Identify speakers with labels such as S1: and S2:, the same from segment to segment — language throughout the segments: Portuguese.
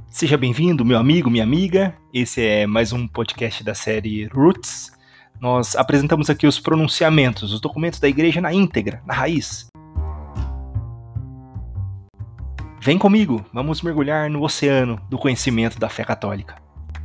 S1: Seja bem-vindo, meu amigo, minha amiga. Esse é mais um podcast da série Roots. Nós apresentamos aqui os pronunciamentos, os documentos da igreja na íntegra, na raiz. Vem comigo, vamos mergulhar no oceano do conhecimento da fé católica.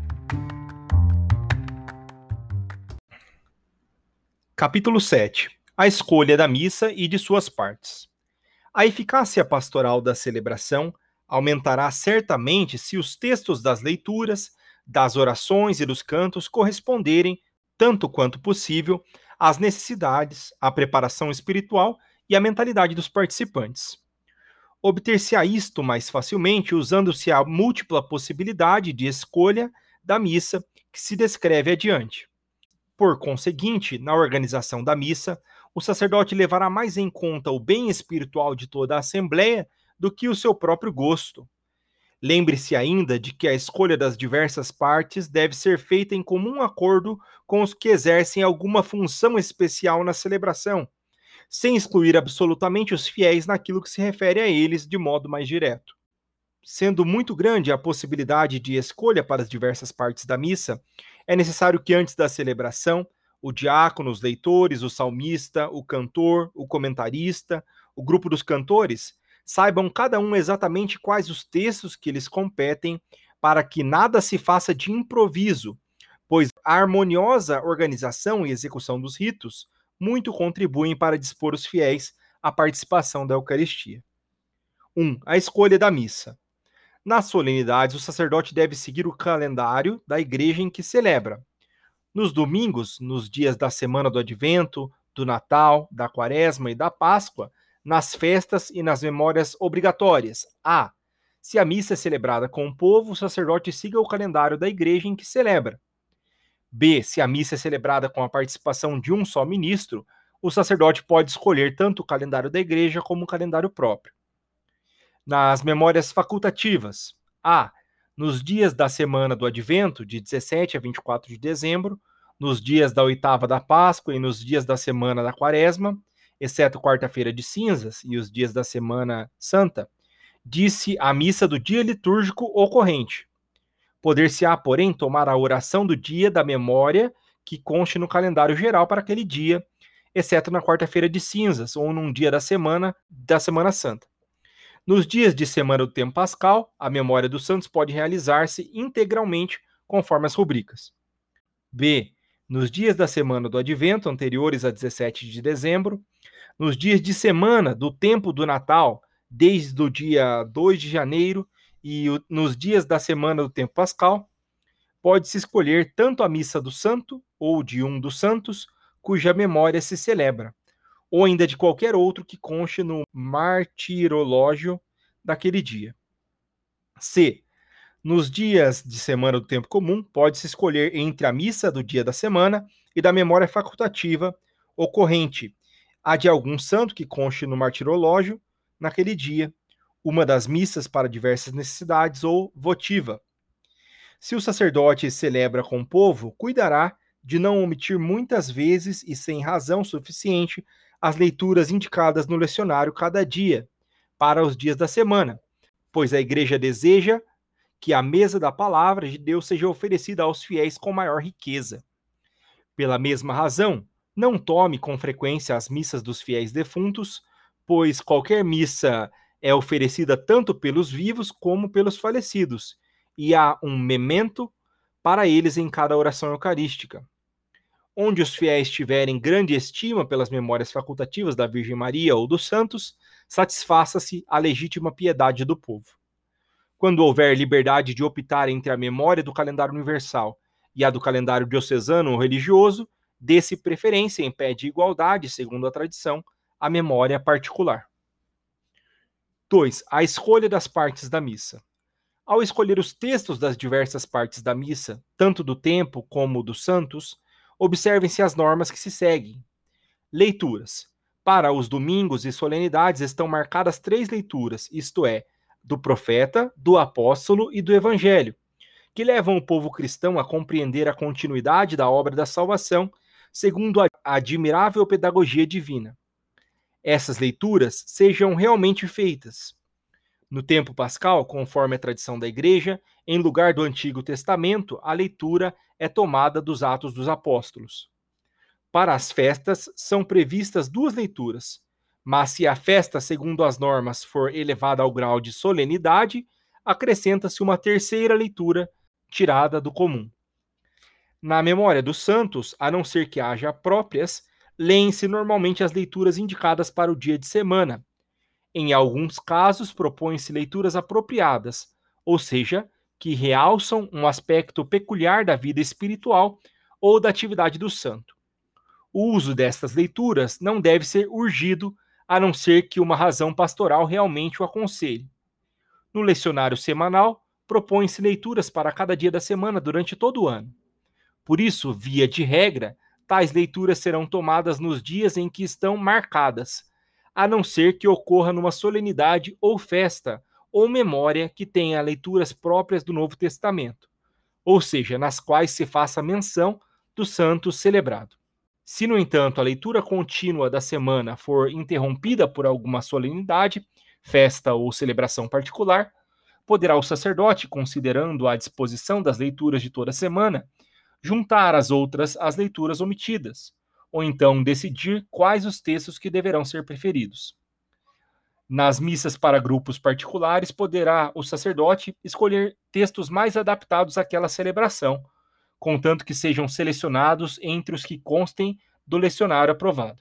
S1: Capítulo 7. A escolha da missa e de suas partes. A eficácia pastoral da celebração aumentará certamente se os textos das leituras, das orações e dos cantos corresponderem, tanto quanto possível, às necessidades, à preparação espiritual e à mentalidade dos participantes. Obter-se-á isto mais facilmente usando-se a múltipla possibilidade de escolha da missa que se descreve adiante. Por conseguinte, na organização da missa, o sacerdote levará mais em conta o bem espiritual de toda a assembleia do que o seu próprio gosto. Lembre-se ainda de que a escolha das diversas partes deve ser feita em comum acordo com os que exercem alguma função especial na celebração, sem excluir absolutamente os fiéis naquilo que se refere a eles de modo mais direto. Sendo muito grande a possibilidade de escolha para as diversas partes da missa, é necessário que antes da celebração, o diácono, os leitores, o salmista, o cantor, o comentarista, o grupo dos cantores, saibam cada um exatamente quais os textos que lhes competem, para que nada se faça de improviso, pois a harmoniosa organização e execução dos ritos muito contribuem para dispor os fiéis à participação da Eucaristia. 1. A escolha da missa. Nas solenidades, o sacerdote deve seguir o calendário da igreja em que celebra. Nos domingos, nos dias da semana do Advento, do Natal, da Quaresma e da Páscoa, nas festas e nas memórias obrigatórias. A. Se a missa é celebrada com o povo, o sacerdote siga o calendário da igreja em que celebra. B. Se a missa é celebrada com a participação de um só ministro, o sacerdote pode escolher tanto o calendário da igreja como o calendário próprio. Nas memórias facultativas. A. Nos dias da semana do Advento, de 17 a 24 de dezembro, nos dias da oitava da Páscoa e nos dias da semana da Quaresma, exceto quarta-feira de cinzas e os dias da Semana Santa, disse a missa do dia litúrgico ocorrente. Poder-se-á, porém, tomar a oração do dia da memória que conste no calendário geral para aquele dia, exceto na quarta-feira de cinzas ou num dia da Semana Santa. Nos dias de semana do tempo pascal, a memória dos santos pode realizar-se integralmente conforme as rubricas. B. Nos dias da semana do Advento, anteriores a 17 de dezembro, nos dias de semana do tempo do Natal, desde o dia 2 de janeiro, e nos dias da semana do tempo pascal, pode-se escolher tanto a missa do santo ou de um dos santos, cuja memória se celebra, ou ainda de qualquer outro que conste no martirológio daquele dia. C. Nos dias de semana do tempo comum, pode-se escolher entre a missa do dia da semana e da memória facultativa ocorrente, a de algum santo que conste no martirológio naquele dia, uma das missas para diversas necessidades ou votiva. Se o sacerdote celebra com o povo, cuidará de não omitir muitas vezes e sem razão suficiente as leituras indicadas no lecionário cada dia, para os dias da semana, pois a igreja deseja que a mesa da palavra de Deus seja oferecida aos fiéis com maior riqueza. Pela mesma razão, não tome com frequência as missas dos fiéis defuntos, pois qualquer missa é oferecida tanto pelos vivos como pelos falecidos, e há um memento para eles em cada oração eucarística. Onde os fiéis tiverem grande estima pelas memórias facultativas da Virgem Maria ou dos santos, satisfaça-se a legítima piedade do povo. Quando houver liberdade de optar entre a memória do calendário universal e a do calendário diocesano ou religioso, dê-se preferência em pé de igualdade, segundo a tradição, à memória particular. 2. A escolha das partes da missa. Ao escolher os textos das diversas partes da missa, tanto do tempo como dos santos, observem-se as normas que se seguem. Leituras. Para os domingos e solenidades estão marcadas 3 leituras, isto é, do profeta, do apóstolo e do evangelho, que levam o povo cristão a compreender a continuidade da obra da salvação, segundo a admirável pedagogia divina. Essas leituras sejam realmente feitas. No tempo pascal, conforme a tradição da Igreja, em lugar do Antigo Testamento, a leitura é tomada dos Atos dos Apóstolos. Para as festas, são previstas duas leituras, mas se a festa, segundo as normas, for elevada ao grau de solenidade, acrescenta-se uma terceira leitura tirada do comum. Na memória dos santos, a não ser que haja próprias, leem-se normalmente as leituras indicadas para o dia de semana. Em alguns casos, propõem-se leituras apropriadas, ou seja, que realçam um aspecto peculiar da vida espiritual ou da atividade do santo. O uso destas leituras não deve ser urgido, a não ser que uma razão pastoral realmente o aconselhe. No lecionário semanal, propõem-se leituras para cada dia da semana durante todo o ano. Por isso, via de regra, tais leituras serão tomadas nos dias em que estão marcadas, a não ser que ocorra numa solenidade ou festa ou memória que tenha leituras próprias do Novo Testamento, ou seja, nas quais se faça menção do santo celebrado. Se, no entanto, a leitura contínua da semana for interrompida por alguma solenidade, festa ou celebração particular, poderá o sacerdote, considerando a disposição das leituras de toda a semana, juntar as outras às leituras omitidas, ou então decidir quais os textos que deverão ser preferidos. Nas missas para grupos particulares, poderá o sacerdote escolher textos mais adaptados àquela celebração, contanto que sejam selecionados entre os que constem do lecionário aprovado.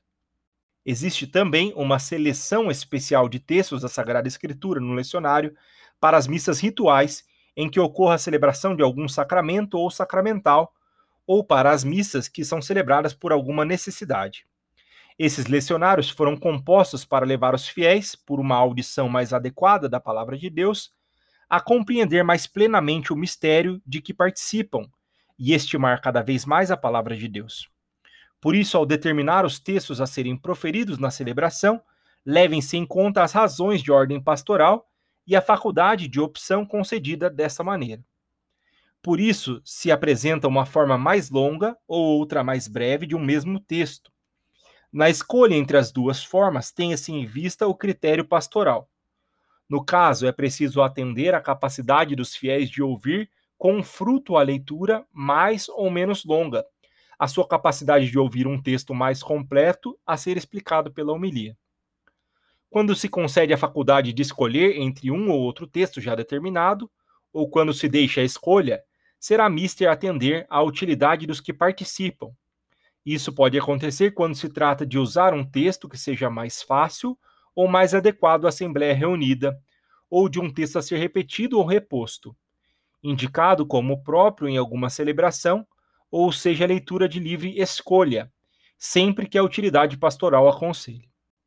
S1: Existe também uma seleção especial de textos da Sagrada Escritura no lecionário para as missas rituais em que ocorra a celebração de algum sacramento ou sacramental, ou para as missas que são celebradas por alguma necessidade. Esses lecionários foram compostos para levar os fiéis, por uma audição mais adequada da palavra de Deus, a compreender mais plenamente o mistério de que participam e estimar cada vez mais a palavra de Deus. Por isso, ao determinar os textos a serem proferidos na celebração, levem-se em conta as razões de ordem pastoral e a faculdade de opção concedida dessa maneira. Por isso, se apresenta uma forma mais longa ou outra mais breve de um mesmo texto. Na escolha entre as duas formas, tenha-se em vista o critério pastoral. No caso, é preciso atender à capacidade dos fiéis de ouvir com fruto a leitura mais ou menos longa, a sua capacidade de ouvir um texto mais completo a ser explicado pela homilia. Quando se concede a faculdade de escolher entre um ou outro texto já determinado, ou quando se deixa a escolha, será mister atender à utilidade dos que participam. Isso pode acontecer quando se trata de usar um texto que seja mais fácil ou mais adequado à assembleia reunida, ou de um texto a ser repetido ou reposto, indicado como próprio em alguma celebração, ou seja, leitura de livre escolha, sempre que a utilidade pastoral aconselhe.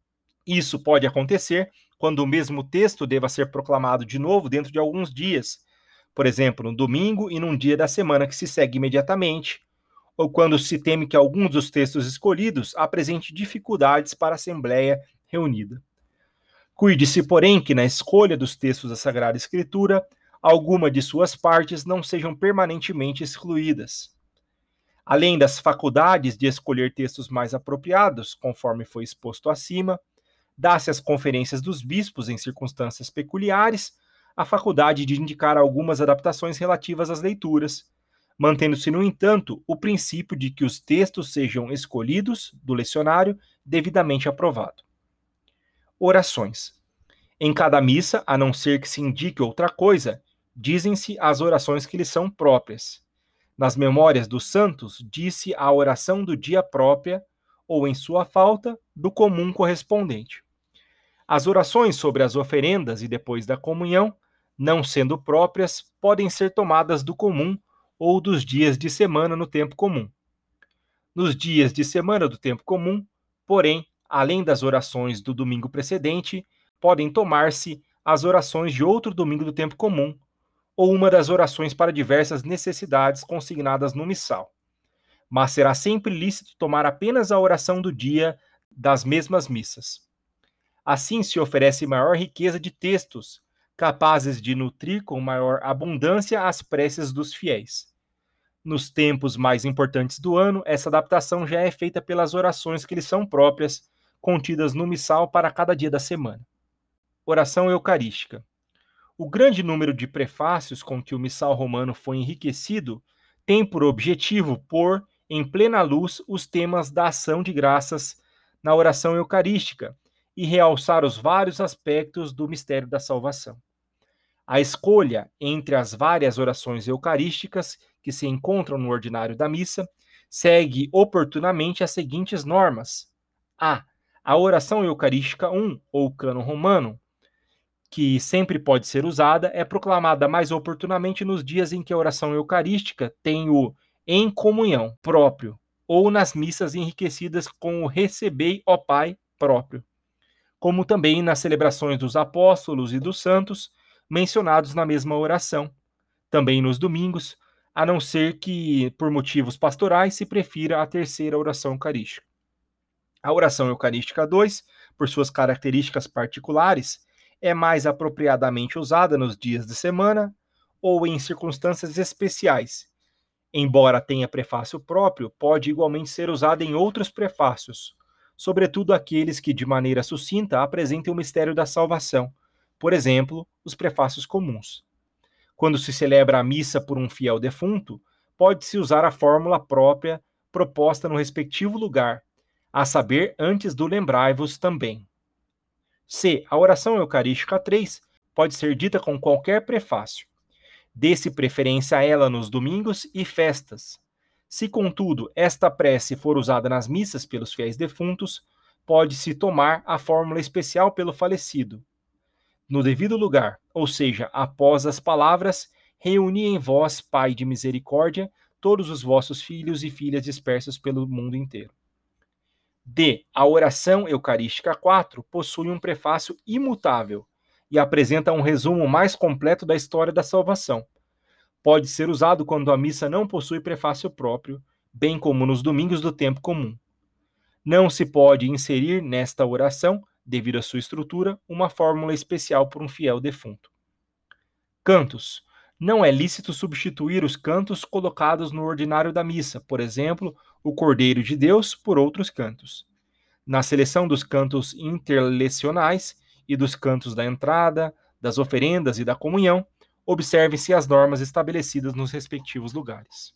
S1: Isso pode acontecer quando o mesmo texto deva ser proclamado de novo dentro de alguns dias, por exemplo, no domingo e num dia da semana que se segue imediatamente, ou quando se teme que alguns dos textos escolhidos apresente dificuldades para a Assembleia reunida. Cuide-se, porém, que na escolha dos textos da Sagrada Escritura, alguma de suas partes não sejam permanentemente excluídas. Além das faculdades de escolher textos mais apropriados, conforme foi exposto acima, dá-se às conferências dos bispos, em circunstâncias peculiares, a faculdade de indicar algumas adaptações relativas às leituras, mantendo-se, no entanto, o princípio de que os textos sejam escolhidos do lecionário devidamente aprovado. Orações. Em cada missa, a não ser que se indique outra coisa, dizem-se as orações que lhes são próprias. Nas memórias dos santos, diz-se a oração do dia própria, ou, em sua falta, do comum correspondente. As orações sobre as oferendas e depois da comunhão, não sendo próprias, podem ser tomadas do comum ou dos dias de semana no tempo comum. Nos dias de semana do tempo comum, porém, além das orações do domingo precedente, podem tomar-se as orações de outro domingo do tempo comum, ou uma das orações para diversas necessidades consignadas no missal. Mas será sempre lícito tomar apenas a oração do dia das mesmas missas. Assim se oferece maior riqueza de textos, capazes de nutrir com maior abundância as preces dos fiéis. Nos tempos mais importantes do ano, essa adaptação já é feita pelas orações que lhes são próprias, contidas no missal para cada dia da semana. Oração eucarística. O grande número de prefácios com que o missal romano foi enriquecido tem por objetivo pôr em plena luz os temas da ação de graças na oração eucarística e realçar os vários aspectos do mistério da salvação. A escolha entre as várias orações eucarísticas que se encontram no ordinário da missa segue oportunamente as seguintes normas: a oração eucarística 1, ou cânon romano, que sempre pode ser usada, é proclamada mais oportunamente nos dias em que a oração eucarística tem o em comunhão próprio, ou nas missas enriquecidas com o recebei, ó Pai, próprio, como também nas celebrações dos apóstolos e dos santos, mencionados na mesma oração, também nos domingos, a não ser que, por motivos pastorais, se prefira a terceira oração eucarística. A oração eucarística 2, por suas características particulares, é mais apropriadamente usada nos dias de semana ou em circunstâncias especiais. Embora tenha prefácio próprio, pode igualmente ser usada em outros prefácios, sobretudo aqueles que, de maneira sucinta, apresentem o mistério da salvação, por exemplo, os prefácios comuns. Quando se celebra a missa por um fiel defunto, pode-se usar a fórmula própria proposta no respectivo lugar, a saber, antes do lembrai-vos também. A oração eucarística 3 pode ser dita com qualquer prefácio. Dê-se preferência a ela nos domingos e festas. Se, contudo, esta prece for usada nas missas pelos fiéis defuntos, pode-se tomar a fórmula especial pelo falecido. No devido lugar, ou seja, após as palavras: reuni em vós, Pai de misericórdia, todos os vossos filhos e filhas dispersos pelo mundo inteiro. A oração eucarística 4 possui um prefácio imutável e apresenta um resumo mais completo da história da salvação. Pode ser usado quando a missa não possui prefácio próprio, bem como nos domingos do tempo comum. Não se pode inserir nesta oração, devido à sua estrutura, uma fórmula especial por um fiel defunto. Cantos. Não é lícito substituir os cantos colocados no ordinário da missa, por exemplo, o Cordeiro de Deus, por outros cantos. Na seleção dos cantos interlecionais e dos cantos da entrada, das oferendas e da comunhão, observem-se as normas estabelecidas nos respectivos lugares.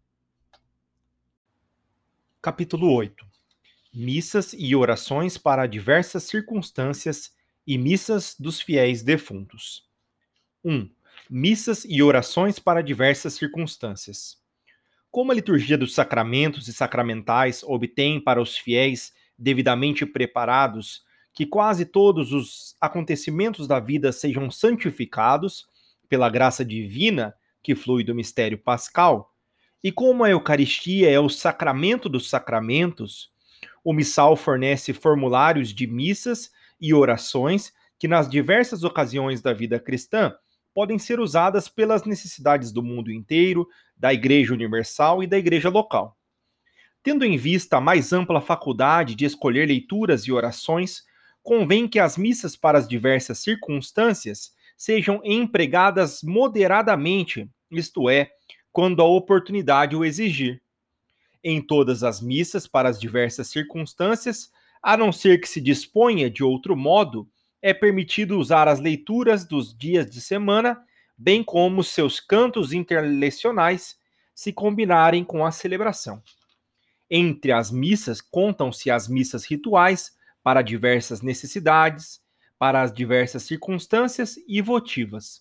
S1: Capítulo 8. Missas e orações para diversas circunstâncias e missas dos fiéis defuntos. 1. Missas e orações para diversas circunstâncias. Como a liturgia dos sacramentos e sacramentais obtém para os fiéis devidamente preparados que quase todos os acontecimentos da vida sejam santificados pela graça divina que flui do mistério pascal, e como a Eucaristia é o sacramento dos sacramentos, o missal fornece formulários de missas e orações que, nas diversas ocasiões da vida cristã, podem ser usadas pelas necessidades do mundo inteiro, da Igreja Universal e da Igreja local. Tendo em vista a mais ampla faculdade de escolher leituras e orações, convém que as missas para as diversas circunstâncias sejam empregadas moderadamente, isto é, quando a oportunidade o exigir. Em todas as missas para as diversas circunstâncias, a não ser que se disponha de outro modo, é permitido usar as leituras dos dias de semana, bem como seus cantos interlecionais, se combinarem com a celebração. Entre as missas, contam-se as missas rituais, para diversas necessidades, para as diversas circunstâncias e votivas.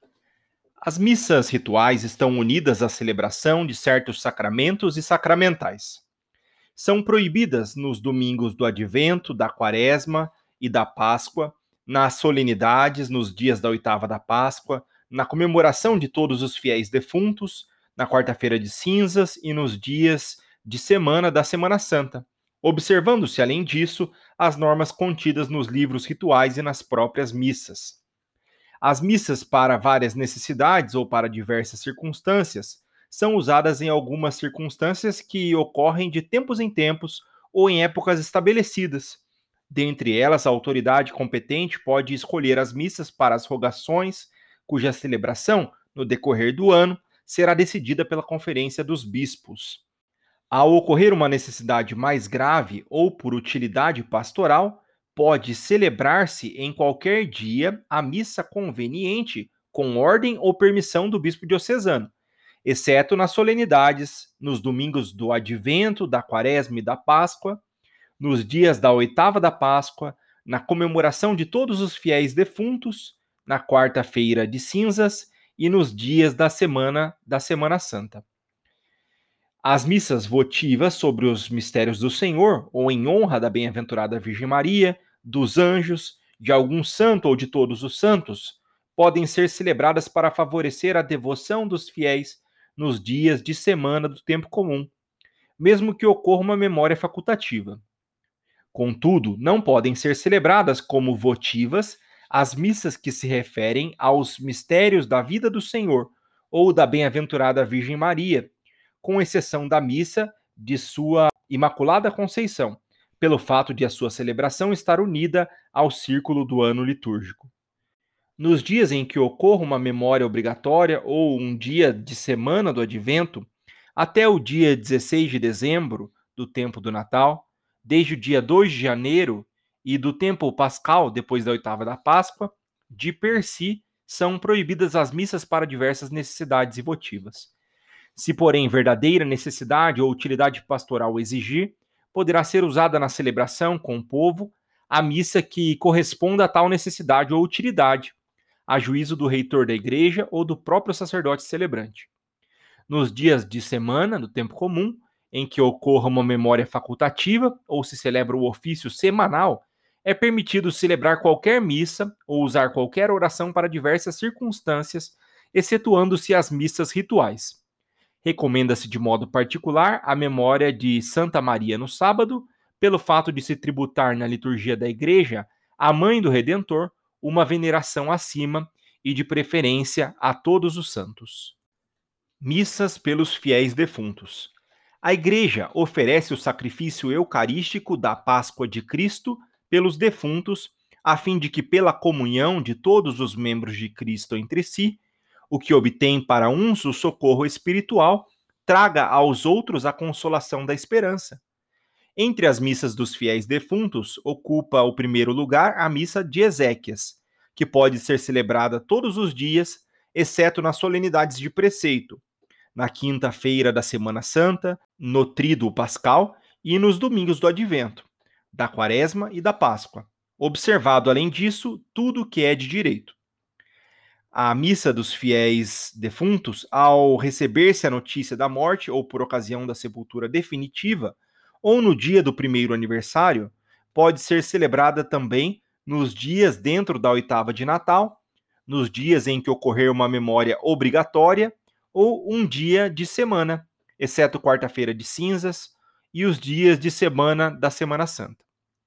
S1: As missas rituais estão unidas à celebração de certos sacramentos e sacramentais. São proibidas nos domingos do Advento, da Quaresma e da Páscoa, nas solenidades, nos dias da oitava da Páscoa, na comemoração de todos os fiéis defuntos, na quarta-feira de cinzas e nos dias de semana da Semana Santa, observando-se, além disso, as normas contidas nos livros rituais e nas próprias missas. As missas para várias necessidades ou para diversas circunstâncias são usadas em algumas circunstâncias que ocorrem de tempos em tempos ou em épocas estabelecidas. Dentre elas, a autoridade competente pode escolher as missas para as rogações, cuja celebração, no decorrer do ano, será decidida pela Conferência dos Bispos. Ao ocorrer uma necessidade mais grave ou por utilidade pastoral, pode celebrar-se em qualquer dia a missa conveniente, com ordem ou permissão do bispo diocesano, exceto nas solenidades, nos domingos do Advento, da Quaresma e da Páscoa, nos dias da oitava da Páscoa, na comemoração de todos os fiéis defuntos, na quarta-feira de cinzas e nos dias da Semana Santa. As missas votivas sobre os mistérios do Senhor, ou em honra da bem-aventurada Virgem Maria, dos anjos, de algum santo ou de todos os santos, podem ser celebradas para favorecer a devoção dos fiéis nos dias de semana do tempo comum, mesmo que ocorra uma memória facultativa. Contudo, não podem ser celebradas como votivas as missas que se referem aos mistérios da vida do Senhor ou da bem-aventurada Virgem Maria, com exceção da missa de sua Imaculada Conceição, pelo fato de a sua celebração estar unida ao círculo do ano litúrgico. Nos dias em que ocorra uma memória obrigatória ou um dia de semana do Advento, até o dia 16 de dezembro do tempo do Natal, desde o dia 2 de janeiro e do tempo pascal, depois da oitava da Páscoa, de per si, são proibidas as missas para diversas necessidades e votivas. Se, porém, verdadeira necessidade ou utilidade pastoral exigir, poderá ser usada na celebração com o povo a missa que corresponda a tal necessidade ou utilidade, a juízo do reitor da igreja ou do próprio sacerdote celebrante. Nos dias de semana, do tempo comum, em que ocorra uma memória facultativa ou se celebra o ofício semanal, é permitido celebrar qualquer missa ou usar qualquer oração para diversas circunstâncias, excetuando-se as missas rituais. Recomenda-se de modo particular a memória de Santa Maria no sábado, pelo fato de se tributar na liturgia da Igreja à Mãe do Redentor uma veneração acima e de preferência a todos os santos. Missas pelos fiéis defuntos. A Igreja oferece o sacrifício eucarístico da Páscoa de Cristo pelos defuntos, a fim de que, pela comunhão de todos os membros de Cristo entre si, o que obtém para uns o socorro espiritual, traga aos outros a consolação da esperança. Entre as missas dos fiéis defuntos, ocupa o primeiro lugar a missa de Ezequias, que pode ser celebrada todos os dias, exceto nas solenidades de preceito, na quinta-feira da Semana Santa, no Tríduo Pascal e nos domingos do Advento, da Quaresma e da Páscoa, observado, além disso, tudo o que é de direito. A missa dos fiéis defuntos, ao receber-se a notícia da morte ou por ocasião da sepultura definitiva, ou no dia do primeiro aniversário, pode ser celebrada também nos dias dentro da oitava de Natal, nos dias em que ocorrer uma memória obrigatória ou um dia de semana, exceto quarta-feira de cinzas e os dias de semana da Semana Santa.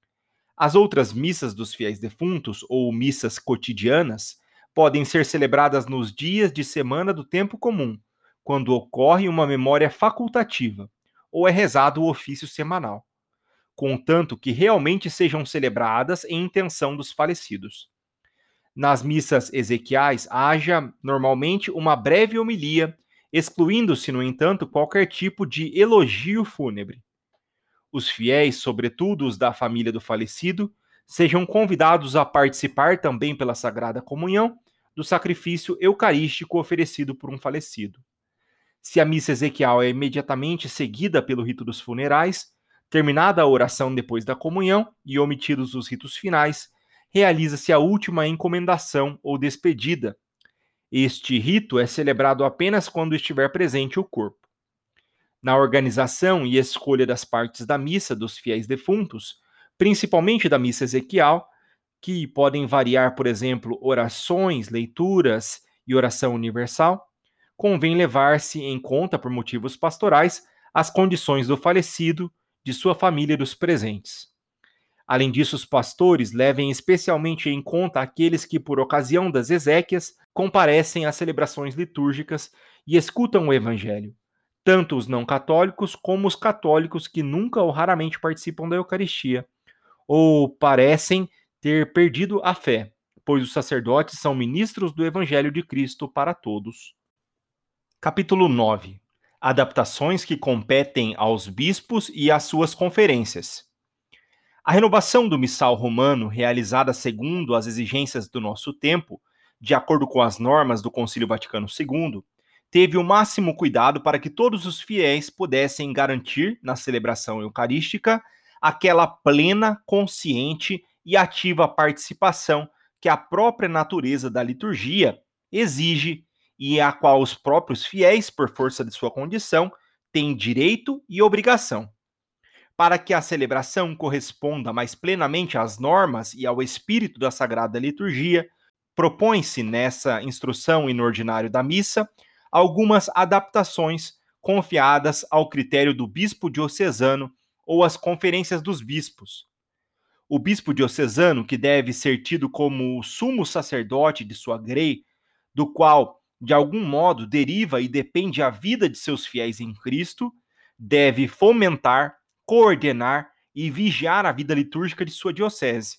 S1: As outras missas dos fiéis defuntos, ou missas cotidianas, podem ser celebradas nos dias de semana do tempo comum, quando ocorre uma memória facultativa, ou é rezado o ofício semanal, contanto que realmente sejam celebradas em intenção dos falecidos. Nas missas ezequiais, haja normalmente uma breve homilia, excluindo-se, no entanto, qualquer tipo de elogio fúnebre. Os fiéis, sobretudo os da família do falecido, sejam convidados a participar também pela Sagrada Comunhão do sacrifício eucarístico oferecido por um falecido. Se a missa ezequial é imediatamente seguida pelo rito dos funerais, terminada a oração depois da comunhão e omitidos os ritos finais, realiza-se a última encomendação ou despedida. Este rito é celebrado apenas quando estiver presente o corpo. Na organização e escolha das partes da missa dos fiéis defuntos, principalmente da missa ezequial, que podem variar, por exemplo, orações, leituras e oração universal, convém levar-se em conta, por motivos pastorais, as condições do falecido, de sua família e dos presentes. Além disso, os pastores levem especialmente em conta aqueles que, por ocasião das exéquias, comparecem às celebrações litúrgicas e escutam o Evangelho, tanto os não católicos como os católicos que nunca ou raramente participam da Eucaristia, ou parecem ter perdido a fé, pois os sacerdotes são ministros do Evangelho de Cristo para todos. Capítulo 9. Adaptações que competem aos bispos e às suas conferências. A renovação do missal romano, realizada segundo as exigências do nosso tempo, de acordo com as normas do Concílio Vaticano II, teve o máximo cuidado para que todos os fiéis pudessem garantir, na celebração eucarística, aquela plena, consciente e ativa participação que a própria natureza da liturgia exige e a qual os próprios fiéis, por força de sua condição, têm direito e obrigação. Para que a celebração corresponda mais plenamente às normas e ao espírito da Sagrada Liturgia, propõe-se nessa instrução e no ordinário da missa algumas adaptações confiadas ao critério do bispo diocesano ou às conferências dos bispos. O bispo diocesano, que deve ser tido como o sumo sacerdote de sua grei, do qual, de algum modo, deriva e depende a vida de seus fiéis em Cristo, deve fomentar, coordenar e vigiar a vida litúrgica de sua diocese.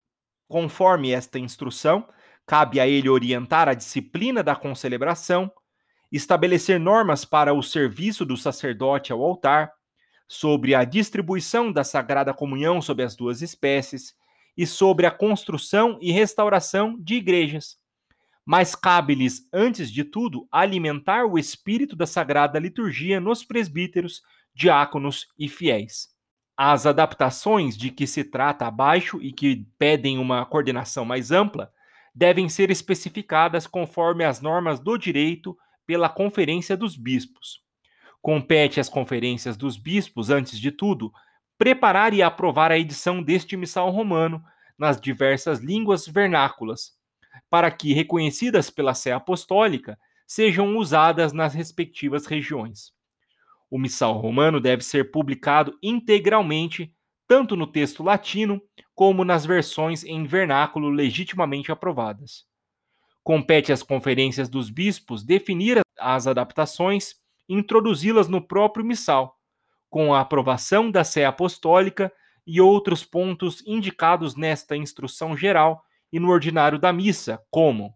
S1: Conforme esta instrução, cabe a ele orientar a disciplina da concelebração, estabelecer normas para o serviço do sacerdote ao altar, sobre a distribuição da Sagrada Comunhão sobre as duas espécies e sobre a construção e restauração de igrejas. Mas cabe-lhes, antes de tudo, alimentar o espírito da Sagrada Liturgia nos presbíteros, diáconos e fiéis. As adaptações de que se trata abaixo e que pedem uma coordenação mais ampla devem ser especificadas conforme as normas do direito pela Conferência dos Bispos. Compete às conferências dos bispos, antes de tudo, preparar e aprovar a edição deste missal romano nas diversas línguas vernáculas, para que, reconhecidas pela Sé Apostólica, sejam usadas nas respectivas regiões. O missal romano deve ser publicado integralmente, tanto no texto latino como nas versões em vernáculo legitimamente aprovadas. Compete às conferências dos bispos definir as adaptações e introduzi-las no próprio missal, com a aprovação da Sé Apostólica e outros pontos indicados nesta instrução geral e no ordinário da missa, como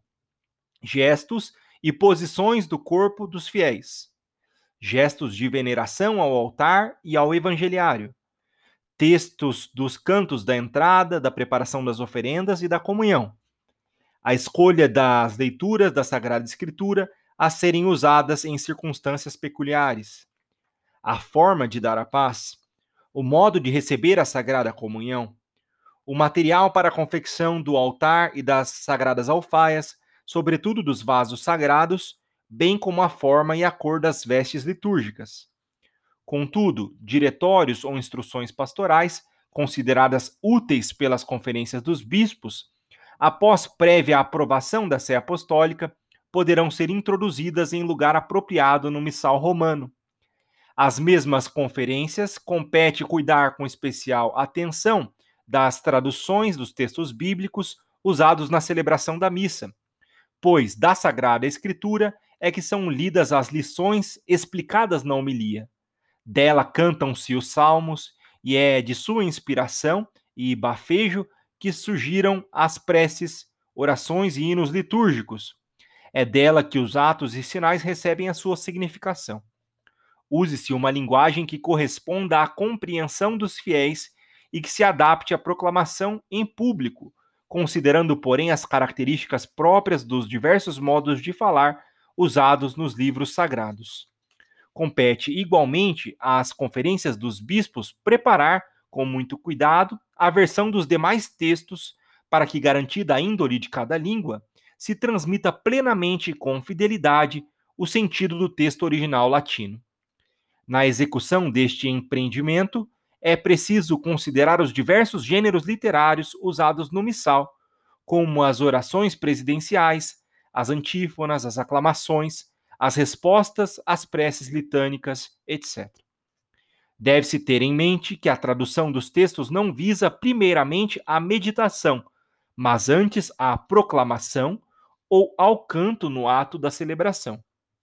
S1: gestos e posições do corpo dos fiéis, gestos de veneração ao altar e ao evangeliário, textos dos cantos da entrada, da preparação das oferendas e da comunhão, a escolha das leituras da Sagrada Escritura a serem usadas em circunstâncias peculiares, a forma de dar a paz, o modo de receber a Sagrada Comunhão, o material para a confecção do altar e das sagradas alfaias, sobretudo dos vasos sagrados, bem como a forma e a cor das vestes litúrgicas. Contudo, diretórios ou instruções pastorais, consideradas úteis pelas conferências dos bispos, após prévia aprovação da Sé Apostólica, poderão ser introduzidas em lugar apropriado no missal romano. Às mesmas conferências, compete cuidar com especial atenção das traduções dos textos bíblicos usados na celebração da missa, pois da Sagrada Escritura é que são lidas as lições explicadas na homilia. Dela cantam-se os salmos e é de sua inspiração e bafejo que surgiram as preces, orações e hinos litúrgicos. É dela que os atos e sinais recebem a sua significação. Use-se uma linguagem que corresponda à compreensão dos fiéis e que se adapte à proclamação em público, considerando, porém, as características próprias dos diversos modos de falar usados nos livros sagrados. Compete igualmente às conferências dos bispos preparar, com muito cuidado, a versão dos demais textos para que, garantida a índole de cada língua, se transmita plenamente e com fidelidade o sentido do texto original latino. Na execução deste empreendimento, é preciso considerar os diversos gêneros literários usados no missal, como as orações presidenciais, as antífonas, as aclamações, as respostas às preces litânicas, etc. Deve-se ter em mente que a tradução dos textos não visa primeiramente a meditação, mas antes a proclamação ou ao canto no ato da celebração.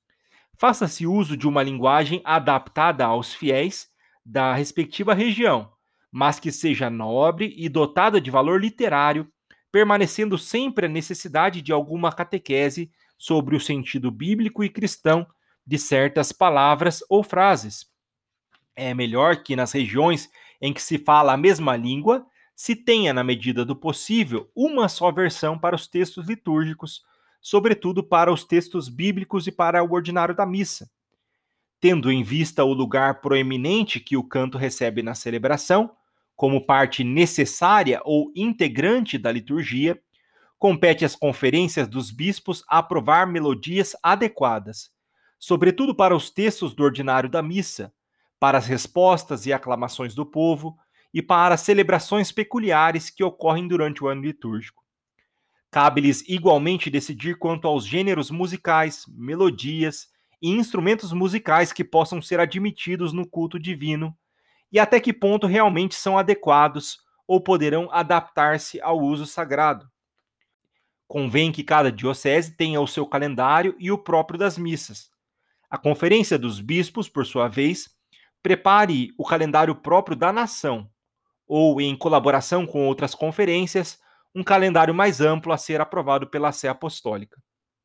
S1: Faça-se uso de uma linguagem adaptada aos fiéis da respectiva região, mas que seja nobre e dotada de valor literário, permanecendo sempre a necessidade de alguma catequese sobre o sentido bíblico e cristão de certas palavras ou frases. É melhor que nas regiões em que se fala a mesma língua, se tenha, na medida do possível, uma só versão para os textos litúrgicos, sobretudo para os textos bíblicos e para o ordinário da missa. Tendo em vista o lugar proeminente que o canto recebe na celebração, como parte necessária ou integrante da liturgia, compete às conferências dos bispos aprovar melodias adequadas, sobretudo para os textos do ordinário da missa, para as respostas e aclamações do povo e para as celebrações peculiares que ocorrem durante o ano litúrgico. Cabe-lhes igualmente decidir quanto aos gêneros musicais, melodias e instrumentos musicais que possam ser admitidos no culto divino e até que ponto realmente são adequados ou poderão adaptar-se ao uso sagrado. Convém que cada diocese tenha o seu calendário e o próprio das missas. A Conferência dos Bispos, por sua vez, prepare o calendário próprio da nação, ou, em colaboração com outras conferências, um calendário mais amplo a ser aprovado pela Sé Apostólica.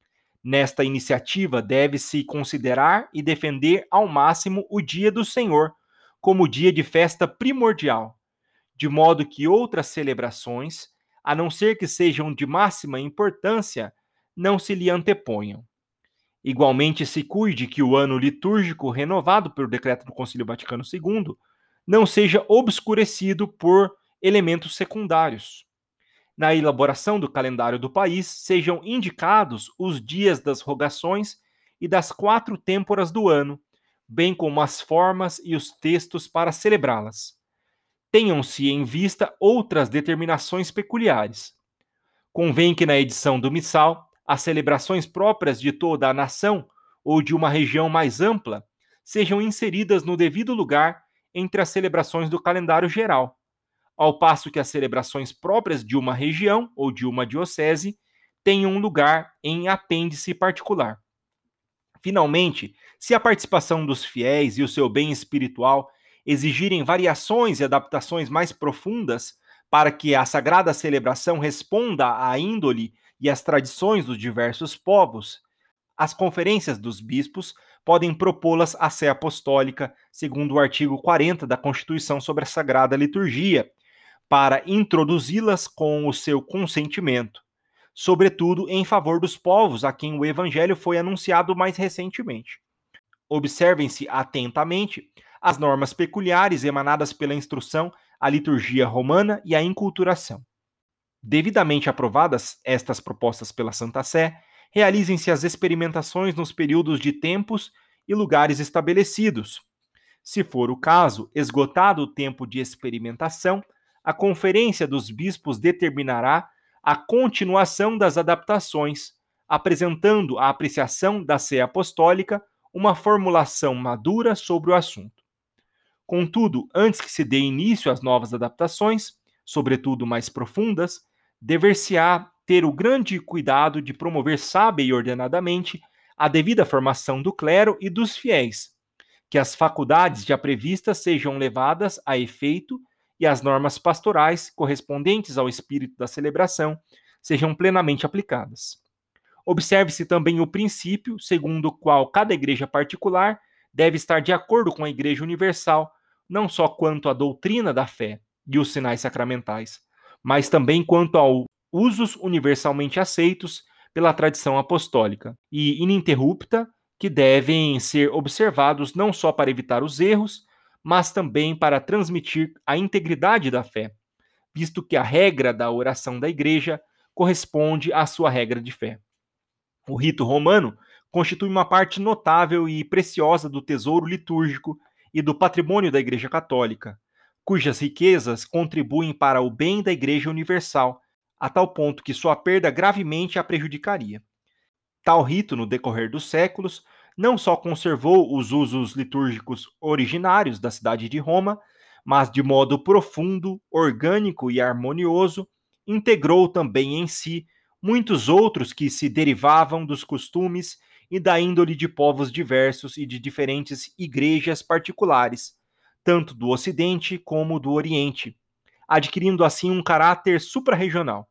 S1: Nesta iniciativa, deve-se considerar e defender ao máximo o Dia do Senhor como dia de festa primordial, de modo que outras celebrações, a não ser que sejam de máxima importância, não se lhe anteponham. Igualmente, se cuide que o ano litúrgico renovado pelo decreto do Concílio Vaticano II não seja obscurecido por elementos secundários. Na elaboração do calendário do país, sejam indicados os dias das rogações e das 4 têmporas do ano, bem como as formas e os textos para celebrá-las. Tenham-se em vista outras determinações peculiares. Convém que na edição do missal, as celebrações próprias de toda a nação ou de uma região mais ampla sejam inseridas no devido lugar entre as celebrações do calendário geral, ao passo que as celebrações próprias de uma região ou de uma diocese tenham um lugar em apêndice particular. Finalmente, se a participação dos fiéis e o seu bem espiritual exigirem variações e adaptações mais profundas para que a sagrada celebração responda à índole e às tradições dos diversos povos, as conferências dos bispos podem propô-las à Sé Apostólica, segundo o artigo 40 da Constituição sobre a Sagrada Liturgia, para introduzi-las com o seu consentimento, sobretudo em favor dos povos a quem o Evangelho foi anunciado mais recentemente. Observem-se atentamente as normas peculiares emanadas pela instrução à liturgia romana e à inculturação. Devidamente aprovadas estas propostas pela Santa Sé, realizem-se as experimentações nos períodos de tempos e lugares estabelecidos. Se for o caso, esgotado o tempo de experimentação, a Conferência dos Bispos determinará a continuação das adaptações, apresentando à apreciação da Sé Apostólica uma formulação madura sobre o assunto. Contudo, antes que se dê início às novas adaptações, sobretudo mais profundas, dever-se-á ter o grande cuidado de promover sábia e ordenadamente a devida formação do clero e dos fiéis, que as faculdades já previstas sejam levadas a efeito e as normas pastorais correspondentes ao espírito da celebração sejam plenamente aplicadas. Observe-se também o princípio segundo o qual cada igreja particular deve estar de acordo com a Igreja Universal, não só quanto à doutrina da fé e os sinais sacramentais, mas também quanto aos usos universalmente aceitos pela tradição apostólica e ininterrupta, que devem ser observados não só para evitar os erros, mas também para transmitir a integridade da fé, visto que a regra da oração da Igreja corresponde à sua regra de fé. O rito romano constitui uma parte notável e preciosa do tesouro litúrgico e do patrimônio da Igreja Católica, cujas riquezas contribuem para o bem da Igreja Universal, a tal ponto que sua perda gravemente a prejudicaria. Tal rito, no decorrer dos séculos, não só conservou os usos litúrgicos originários da cidade de Roma, mas de modo profundo, orgânico e harmonioso, integrou também em si muitos outros que se derivavam dos costumes e da índole de povos diversos e de diferentes igrejas particulares, tanto do Ocidente como do Oriente, adquirindo assim um caráter suprarregional.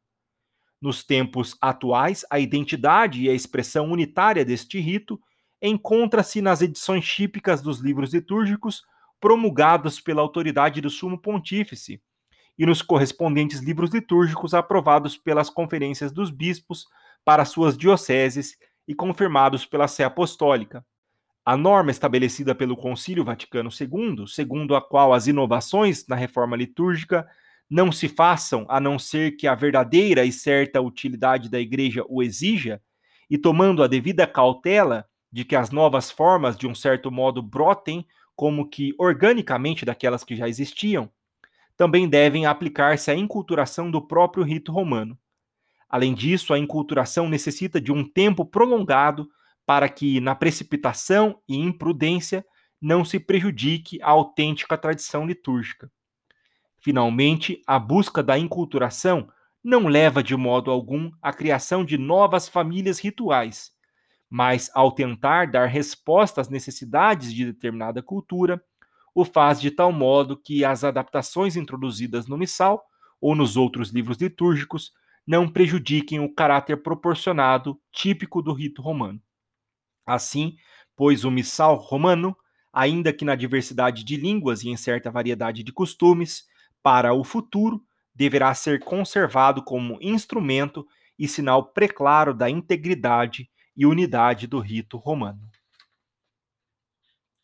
S1: Nos tempos atuais, a identidade e a expressão unitária deste rito encontra-se nas edições típicas dos livros litúrgicos promulgados pela autoridade do Sumo Pontífice e nos correspondentes livros litúrgicos aprovados pelas conferências dos bispos para suas dioceses e confirmados pela Sé Apostólica. A norma estabelecida pelo Concílio Vaticano II, segundo a qual as inovações na reforma litúrgica não se façam a não ser que a verdadeira e certa utilidade da Igreja o exija, e tomando a devida cautela de que as novas formas, de um certo modo, brotem como que organicamente daquelas que já existiam, também devem aplicar-se à inculturação do próprio rito romano. Além disso, a inculturação necessita de um tempo prolongado para que, na precipitação e imprudência, não se prejudique a autêntica tradição litúrgica. Finalmente, a busca da inculturação não leva de modo algum à criação de novas famílias rituais, mas ao tentar dar resposta às necessidades de determinada cultura, o faz de tal modo que as adaptações introduzidas no missal ou nos outros livros litúrgicos não prejudiquem o caráter proporcionado típico do rito romano. Assim, pois o missal romano, ainda que na diversidade de línguas e em certa variedade de costumes, para o futuro deverá ser conservado como instrumento e sinal preclaro da integridade e unidade do rito romano.